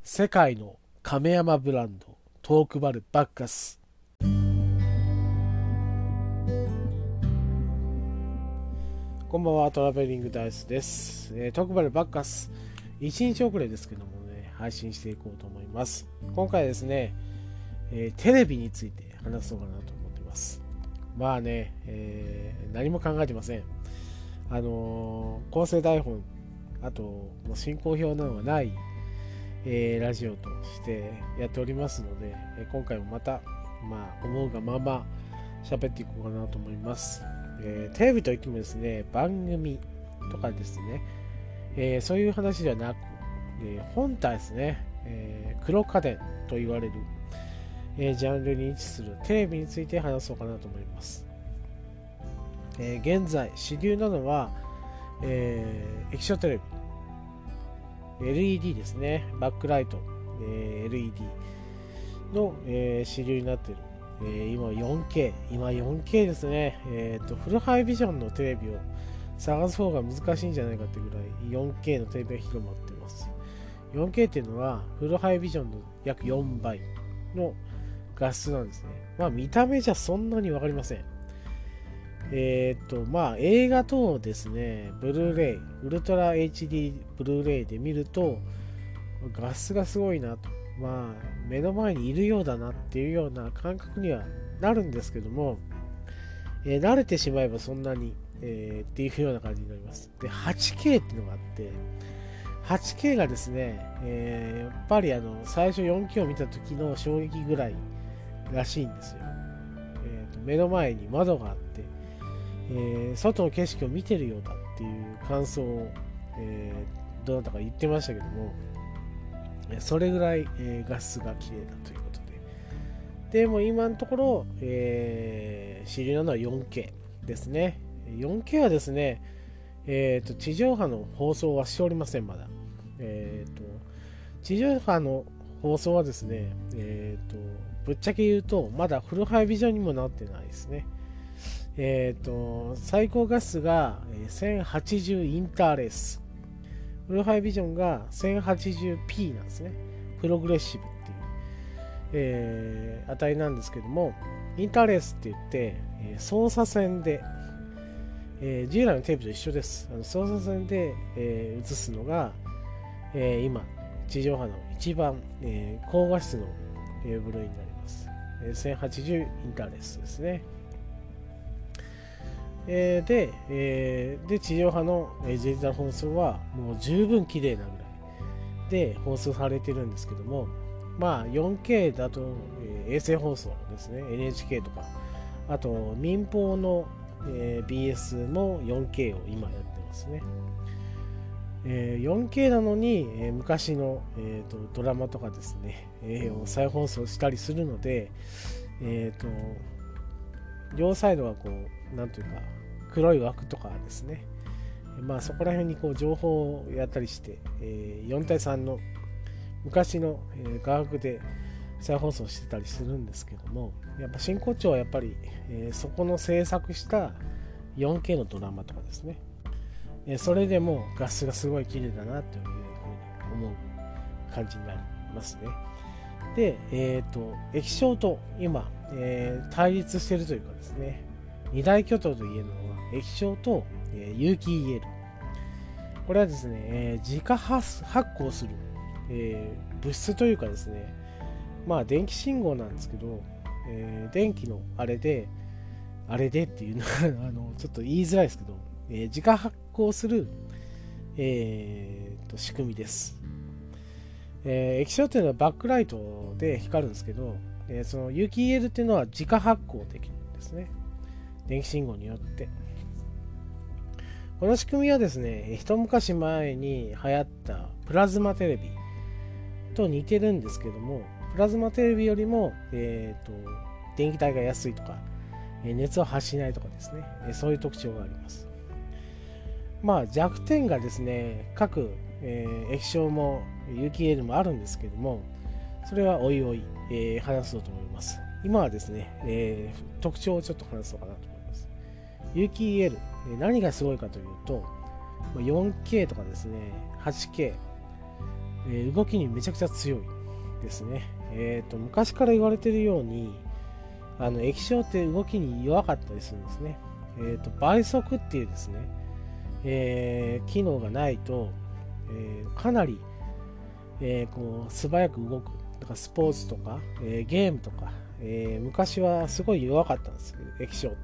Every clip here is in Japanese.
世界の亀山ブランドトークバルバッカス。こんばんは、トラベリングダイスです。トークバルバッカス1日遅れですけどもね、配信していこうと思います。今回はですね、テレビについて話そうかなと思っています。まあね、何も考えてません。構成台本、あともう進行表などがないラジオとしてやっておりますので、今回もまた、思うがまま喋っていこうかなと思います。テレビといってもですね、番組とかですね、そういう話ではなく、本体ですね、黒家電と言われる、ジャンルに位置するテレビについて話そうかなと思います。現在主流なのは、液晶テレビ、LED ですね、バックライト、LED の、主流になっている、今 4K ですね、フルハイビジョンのテレビを探す方が難しいんじゃないかってぐらい 4K のテレビが広まっています。 4K っていうのはフルハイビジョンの約4倍の画質なんですね。見た目じゃそんなに分かりません。映画等ですね、ブルーレイ、ウルトラ HD ブルーレイで見ると画質がすごいなと、目の前にいるようだなっていうような感覚にはなるんですけども、慣れてしまえばそんなに、っていうような感じになります。で、8K っていうのがあって、8K がですね、やっぱり最初 4K を見た時の衝撃ぐらいらしいんですよ。目の前に窓があって、外の景色を見てるようだっていう感想を、どなたか言ってましたけども、それぐらい、画質が綺麗だということで、でも今のところ、主流なのは 4K ですね。4K はですね、地上波の放送はしておりません、まだ。地上波の放送はですね、ぶっちゃけ言うとまだフルハイビジョンにもなってないですね。最高画質が 1080 インターレース、フルハイビジョンが 1080p なんですね。プログレッシブっていう、値なんですけども、インターレースって言って、操作線で、従来のテレビと一緒です。操作線で、映すのが、今地上波の一番、高画質の、ブルーになります。1080インターレースですね。で、地上波のデジタル放送はもう十分綺麗なぐらいで放送されてるんですけども、4K だと、衛星放送ですね、 NHK とか、あと民放の、BS も 4K を今やってますね。4K なのに、昔の、ドラマとかですね、を再放送したりするので、両サイドがこうなんというか黒い枠とかですね、そこら辺にこう情報をやったりして、4対3の昔の、画角で再放送してたりするんですけども、やっぱ真骨頂はやっぱり、そこの制作した 4K のドラマとかですね、それでも画質がすごい綺麗だなというふうに思う感じになりますね。で、液晶と今、対立しているというかですね、二大巨頭といえるのは液晶と、有機 EL。これはですね、自家発光する、物質というかですね、電気信号なんですけど、電気のあれでっていうのはちょっと言いづらいですけど、自家発光する、仕組みです。液晶っていうのはバックライトで光るんですけど、その有機 EL っていうのは自家発光できるんですね、電気信号によって。この仕組みはですね、一昔前に流行ったプラズマテレビと似てるんですけども、プラズマテレビよりも、電気代が安いとか、熱を発しないとかですね、そういう特徴があります。弱点がですね、各、液晶も有機 EL もあるんですけども、それはおいおい、話そうと思います。今はですね、特徴をちょっと話そうかなと思います。有機 EL、何がすごいかというと、4K とかですね、8K、 動きにめちゃくちゃ強いですね。昔から言われているように液晶って動きに弱かったりするんですね。倍速っていうですね、機能がないと、かなり、こう素早く動く。だからスポーツとか、ゲームとか、昔はすごい弱かったんです液晶って。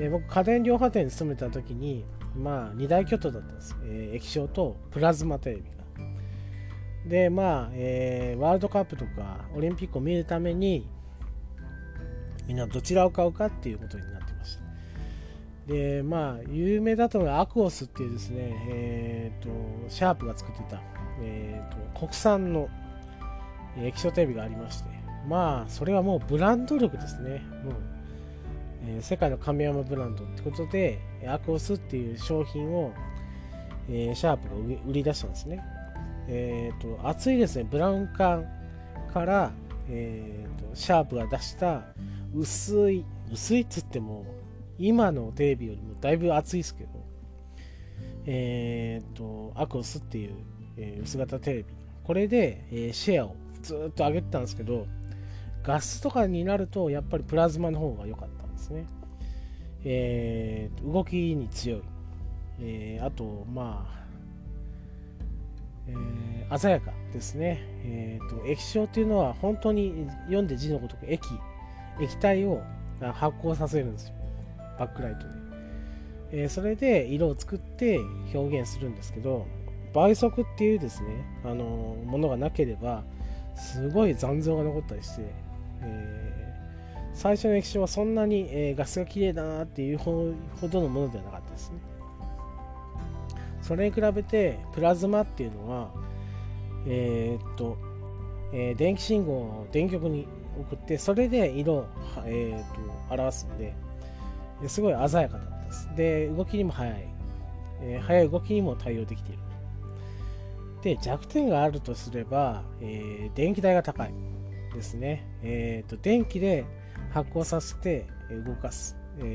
僕家電量販店に勤めた時に二大巨頭だったんです、液晶とプラズマテレビが。でワールドカップとかオリンピックを見るためにみんなどちらを買うかっていうことになってました。で有名だったのがアクオスっていうですね、シャープが作ってた、国産の液晶テレビがありまして、それはもうブランド力ですね。もう、世界の亀山ブランドってことでアクオスっていう商品を、シャープが売り出したんですね。厚いですねブラウン管から、シャープが出した薄いっつっても今のテレビよりもだいぶ厚いですけど、アクオスっていう、薄型テレビ、これで、シェアをずっと上げてたんですけど、画質とかになるとやっぱりプラズマの方が良かったんですね。動きに強い、あと鮮やかですね。液晶っていうのは本当に読んで字のごとく液体を発光させるんですよ、バックライトで。それで色を作って表現するんですけど、倍速っていうですねものがなければすごい残像が残ったりして、最初の液晶はそんなに、画質が綺麗だなっていうほどのものではなかったですね。それに比べてプラズマっていうのは、電気信号を電極に送ってそれで色を、表すのですごい鮮やかだったです。で動きにも速い、速い動きにも対応できている。で弱点があるとすれば、電気代が高いですね。電気で発光させて動かす、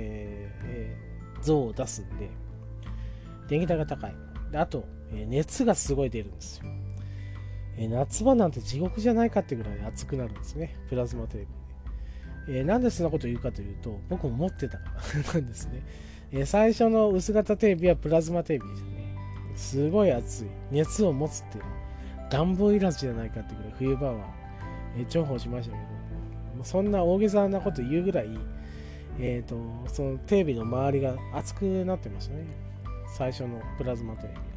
像を出すんで電気代が高い。であと、熱がすごい出るんですよ。夏場なんて地獄じゃないかってぐらい暑くなるんですね、プラズマテレビ。なんでそんなこと言うかというと、僕も持ってたからなんですね。最初の薄型テレビはプラズマテレビでしたね。すごい暑い、熱を持つっていう暖房いらずじゃないかってぐらい冬場は、重宝しましたけど、そんな大げさなこと言うぐらい、そのテレビの周りが熱くなってましたね、最初のプラズマテレビが。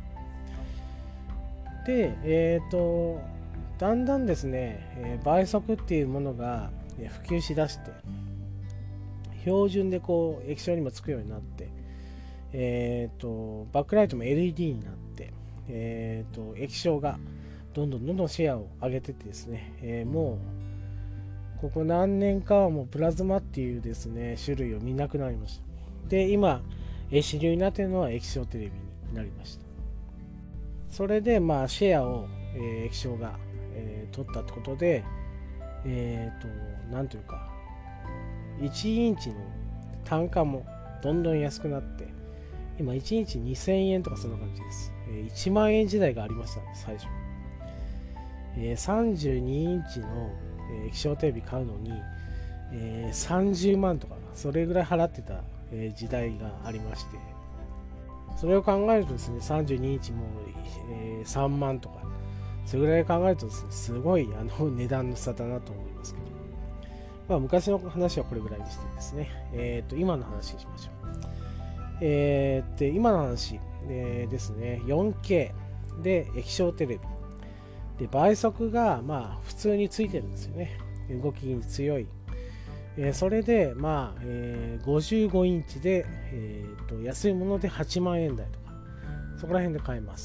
で、だんだんですね、倍速っていうものが普及しだして標準でこう液晶にもつくようになって、バックライトも LED になって、液晶がどんどんシェアを上げてってですね、もうここ何年かはもうプラズマっていうですね種類を見なくなりました。で今主流になっているのは液晶テレビになりました。それでシェアを、液晶が、取ったってことで、なんというか1インチの単価もどんどん安くなって今1インチ2000円とかそんな感じです。1万円時代がありましたね最初。32インチの液晶テレビ買うのに、30万とかそれぐらい払ってた、時代がありまして、それを考えるとですね32インチも、3万とかそれぐらい考えるとですねすごい値段の差だなと思いますけど、昔の話はこれぐらいにしてですね、今の話にしましょう。今の話、ですね 4K で液晶テレビで倍速が普通についてるんですよね。動きに強い。それで55インチで、安いもので8万円台とかそこら辺で買えます。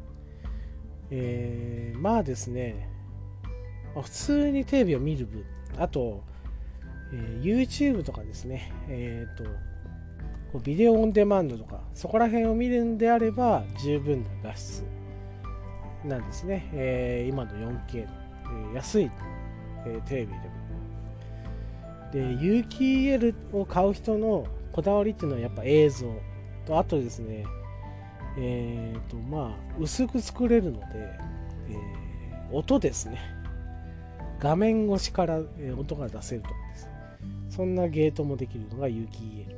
ですね、普通にテレビを見る分、あと、YouTube とかですね、ビデオオンデマンドとかそこら辺を見るんであれば十分な画質なんですね。今の 4K の、安い、テレビでも。で有機 EL を買う人のこだわりっていうのはやっぱ映像と、あとですね薄く作れるの音ですね。画面越しから、音が出せるとかです。そんなゲートもできるのが有機 EL。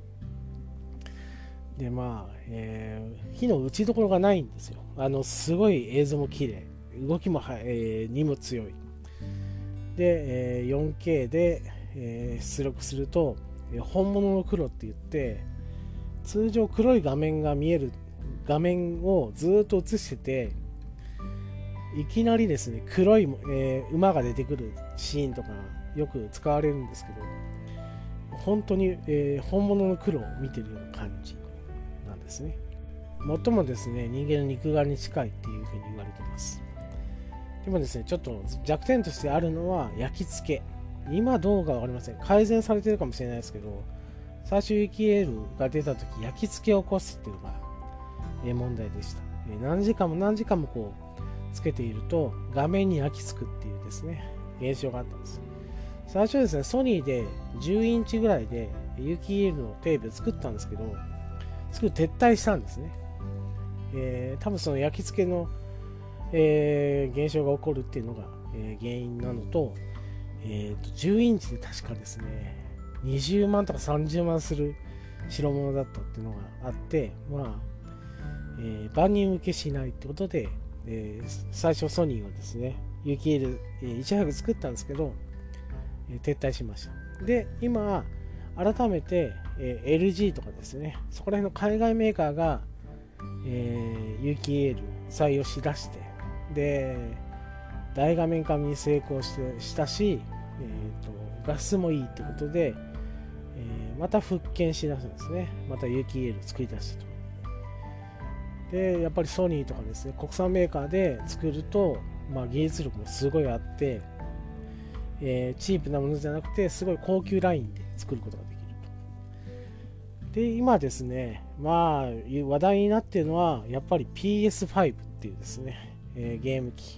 で、まあ、火の打ちどころがないんですよ。すごい映像も綺麗。動きもにも強い。で、4K で、出力すると、本物の黒って言って、通常黒い画面が見える画面をずっと映してて、いきなりですね、黒い、馬が出てくるシーンとかよく使われるんですけど、本当に、本物の黒を見てるような感じなんですね。最もですね、人間の肉眼に近いっていうふうに言われてます。でもですね、ちょっと弱点としてあるのは焼き付け。今どうか分かりません。改善されてるかもしれないですけど、最初有機 EL が出た時、焼き付けを起こすっていうのが問題でした。何時間も何時間もこうつけていると画面に焼き付くっていうですね、現象があったんです。最初ですね、ソニーで10インチぐらいで有機 EL のテレビを作ったんですけど、すぐ撤退したんですね。多分その焼き付けの、現象が起こるっていうのが、原因なのと、10インチで確かですね、20万とか30万する代物だったっていうのがあって、まあ、万人受けしないってことで、最初ソニーはですね、有機 EL、いち早く作ったんですけど、撤退しました。で、今、改めて、LG とかですね、そこら辺の海外メーカーが、有機 EL 採用しだして、で、大画面化に成功したし、画質もいいということで、また復権しだすんですね。また有機 EL 作り出したと。で、やっぱりソニーとかですね、国産メーカーで作ると、まあ、技術力もすごいあって、チープなものじゃなくて、すごい高級ラインで作ることができると。で、今ですね、まあ、話題になっているのは、やっぱり PS5 っていうですね、ゲーム機。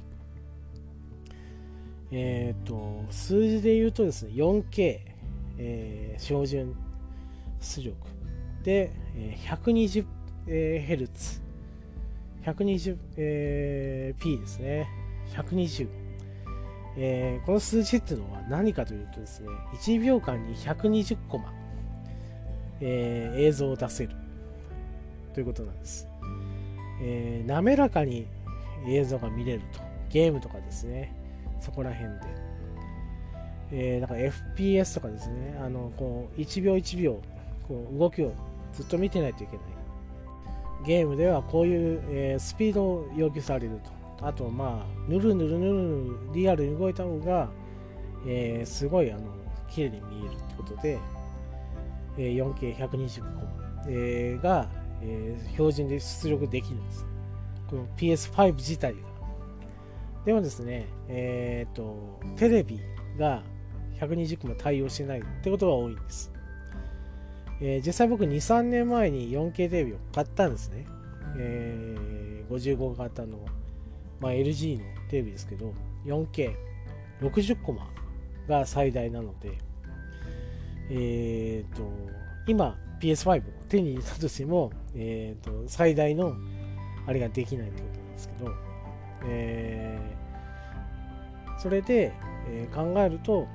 数字で言うとですね、4K、標準出力で、120Hz、120P ですね。120。この数字っていうのは何かというとですね、1秒間に120コマ、映像を出せるということなんです。滑らかに映像が見れると。ゲームとかですね、そこら辺で。だから FPS とかですね、こう1秒1秒こう動きをずっと見てないといけない。ゲームではこういう、スピードを要求されると。あと、まあ、ぬるぬるぬるぬるリアルに動いた方が、すごい綺麗に見えるってことで、4K120 コマ、が、標準で出力できるんです。この PS5 自体が。でもですね、テレビが120コマ対応してないってことが多いんです。実際僕 2,3 年前に 4K テレビを買ったんですね。55型の、まあ、LG のテレビですけど 4K60 コマが最大なので、今 PS5 を手に入れたとしても、最大のあれができないってことなんですけど、それで、考えると、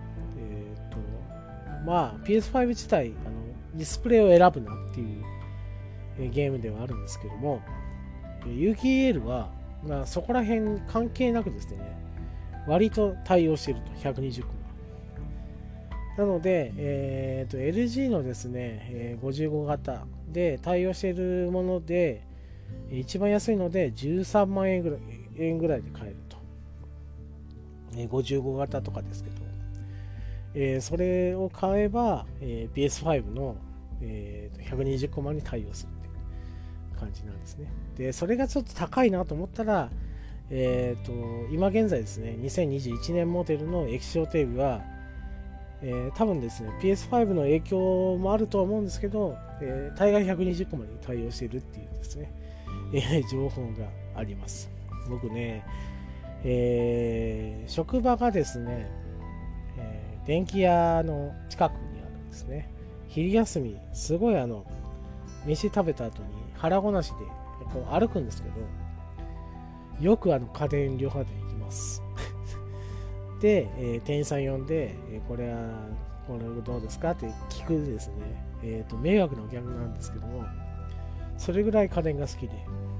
まあ PS5 自体ディスプレイを選ぶなっていうゲームではあるんですけども、有機 EL は、まあ、そこら辺関係なくですね、割と対応していると、120コマ。なので、LG のですね、55型で対応しているもので、一番安いので13万円ぐらいで買えると。55型とかですけど、それを買えば、PS5 の、120コマに対応するっていう感じなんですね。で、それがちょっと高いなと思ったら、今現在ですね、2021年モデルの液晶テレビは、多分ですね、PS5 の影響もあるとは思うんですけど、大概120コマに対応しているっていうですね、情報があります。僕ね、職場がですね、電気屋の近くにあるんですね。昼休み、すごい飯食べた後に腹ごなしでこう歩くんですけど、 よく家電量販店行きますで、店員さん呼んで、これどうですかって聞くですね、迷惑なお客なんですけども、それぐらい家電が好きで、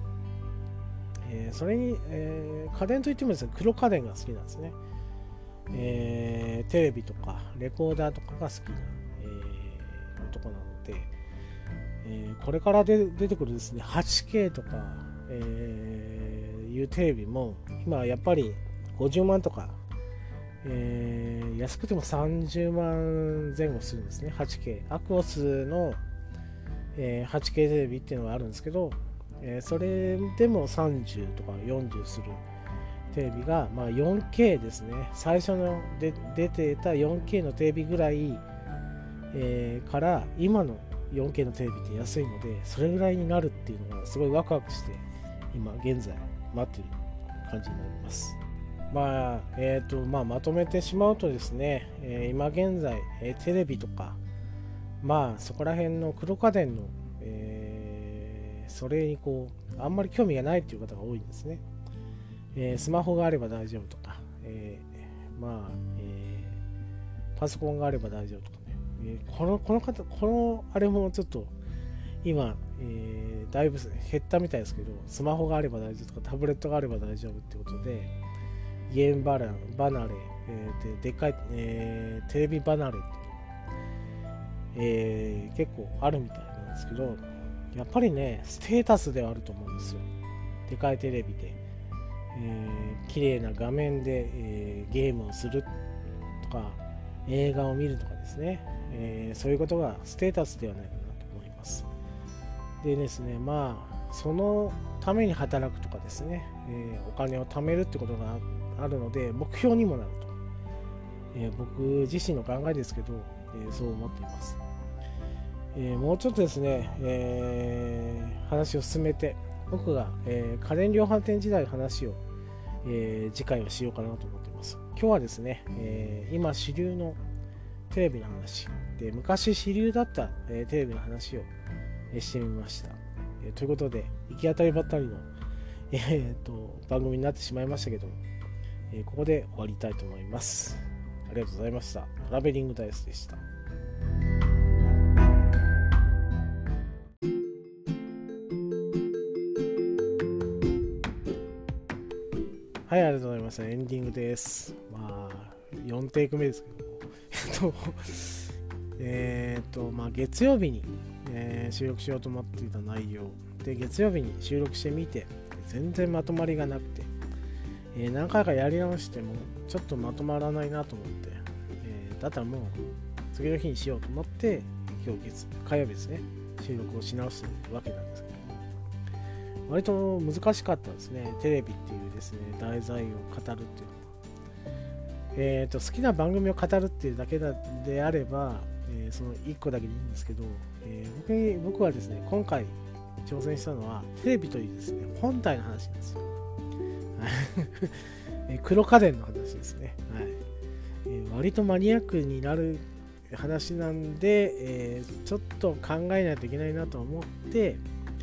それに、家電といってもですね、黒家電が好きなんですね。テレビとかレコーダーとかが好きな、男なので、これから出てくるですね 8K とか、いうテレビも今やっぱり50万とか、安くても30万前後するんですね。 8K アクオスの、8K テレビっていうのがあるんですけど、それでも30とか40するテレビが、4K ですね。最初の出てた 4K のテレビぐらい、から今の 4K のテレビって安いので、それぐらいになるっていうのがすごいワクワクして今現在待っている感じになります。まとめてしまうとですね、今現在、テレビとかそこら辺の黒家電の、それにあんまり興味がないっていう方が多いんですね。スマホがあれば大丈夫とか、パソコンがあれば大丈夫とかね、このあれもちょっと今、だいぶ減ったみたいですけど、スマホがあれば大丈夫とかタブレットがあれば大丈夫ってことで、ゲーム離れ、でかい、テレビ離れっていうの、結構あるみたいなんですけど、やっぱりねステータスではあると思うんですよ。でかいテレビで、綺麗な画面で、ゲームをするとか映画を見るとかですね、そういうことがステータスではないかなと思います。でですね、そのために働くとかですね、お金を貯めるってことがあるので目標にもなると、僕自身の考えですけど、そう思っています。もうちょっとですね、話を進めて僕が、家電量販店時代の話を、次回はしようかなと思っています。今日はですね、今主流のテレビの話で、昔主流だった、テレビの話を、してみました。ということで行き当たりばったりの、番組になってしまいましたけども、ここで終わりたいと思います。ありがとうございました。トラベリングダイスでした。はい、ありがとうございました。エンディングです。4テイク目ですけども月曜日に、収録しようと思っていた内容で、月曜日に収録してみて全然まとまりがなくて、何回かやり直してもちょっとまとまらないなと思って、だったらもう次の日にしようと思って、今日火曜日ですね、収録をし直すわけなんですけども、割と難しかったですね。テレビっていうですね題材を語るっていうのは、好きな番組を語るっていうだけであれば、その1個だけでいいんですけど、僕はですね今回挑戦したのはテレビというですね本体の話なんですよ黒家電の話ですね。割とマニアックになる話なんで、ちょっと考えないといけないなと思って、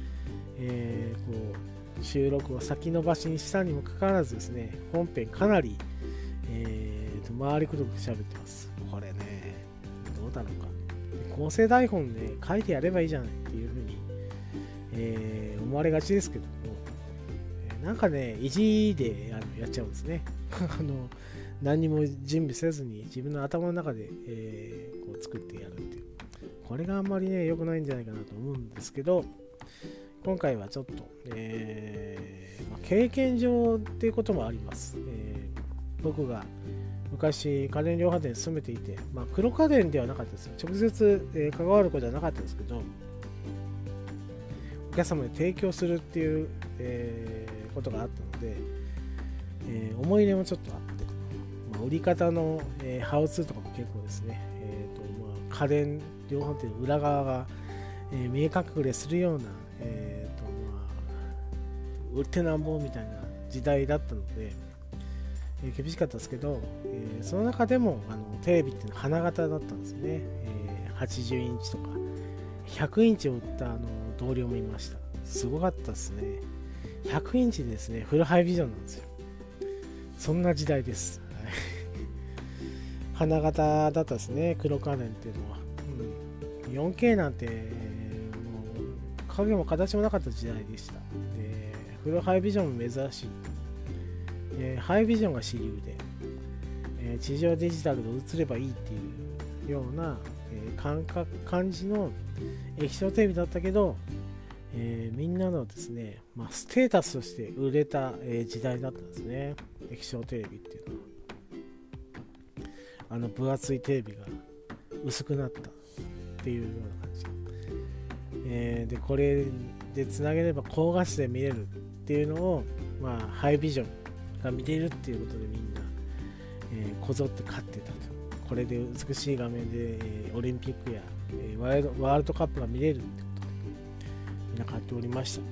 収録を先延ばしにしたにもかかわらずですね、本編かなり、回りくどく喋ってます。これね、どうだろうか。構成台本で書いてやればいいじゃないっていうふうに、思われがちですけども、なんかね、意地でやっちゃうんですね。何にも準備せずに自分の頭の中で、作ってやるっていう。これがあんまりね、良くないんじゃないかなと思うんですけど、今回はちょっと、経験上っていうこともあります。僕が昔家電量販店に勤めていて、黒家電ではなかったです。直接、関わることはなかったんですけど、お客様に提供するっていう、ことがあったので、思い入れもちょっとあって、売り方の、ハウツーとかも結構ですね、家電量販店の裏側が、見え隠れするような、売ってなんぼみたいな時代だったので、厳しかったですけど、その中でもテレビっていうのは花形だったんですね。80インチとか100インチを売った同僚もいました。すごかったですね。 100インチでですね、フルハイビジョンなんですよ。そんな時代です。花形だったですね、黒仮面っていうのは。4K なんて、もう影も形もなかった時代でした。で、フルハイビジョンも珍しい。ハイビジョンが主流で、地上デジタルで映ればいいっていうような、感じの液晶テレビだったけど、みんなのですね、ステータスとして売れた、時代だったんですね、液晶テレビっていうのは。分厚いテレビが薄くなったっていうような感じ、でこれでつなげれば高画質で見れるっていうのを、ハイビジョンが見れるっていうことでみんな、こぞって買ってたと。これで美しい画面で、オリンピックや、ワールドカップが見れるってことでみんな買っておりました。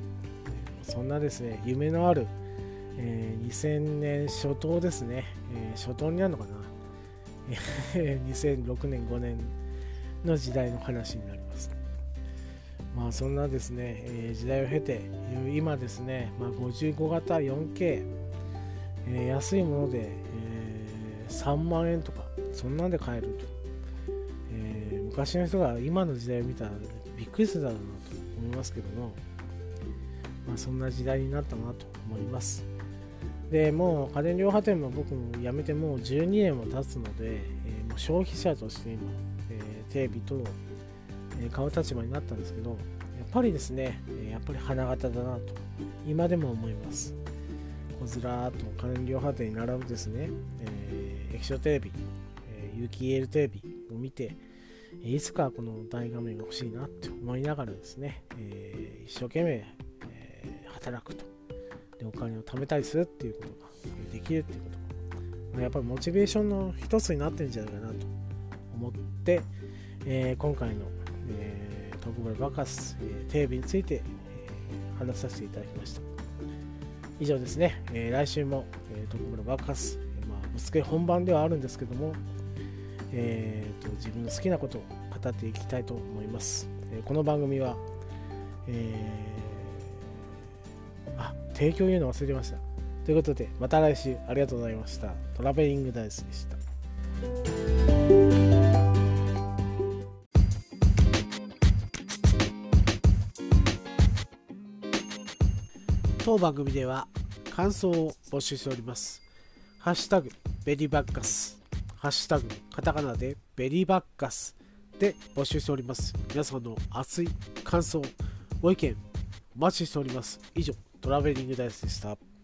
そんなですね、夢のある、2000年初頭ですね、初頭になるのかな、2006年5年の時代の話になります。そんなですね、時代を経て今ですね、55型 4K、安いもので、3万円とかそんなんで買えると、昔の人が今の時代を見たらびっくりするだろうなと思いますけども、そんな時代になったなと思います。でもう家電量販店も僕も辞めてもう12年も経つので、もう消費者として今、テレビと、買う立場になったんですけど、やっぱりですね、やっぱり花形だなと今でも思います。ずらーっと家電量販店に並ぶですね、液晶テレビ、有機 EL テレビを見て、いつかこの大画面が欲しいなって思いながらですね、一生懸命、働くと。でお金を貯めたりするっていうことができるっていうことが、やっぱりモチベーションの一つになってるんじゃないかなと思って、今回の、トークバルバカス、テレビについて、話させていただきました。以上ですね、来週も、トークバルバカス、ぶつけ本番ではあるんですけども、自分の好きなことを語っていきたいと思います。この番組は、提供言うの忘れてました。ということで、また来週ありがとうございました。トラベリングダイスでした。当番組では感想を募集しております。ハッシュタグベリーバッカス、ハッシュタグカタカナでベリーバッカスで募集しております。皆さんの熱い感想、ご意見お待ちしております。以上、トラベリングダイスでした。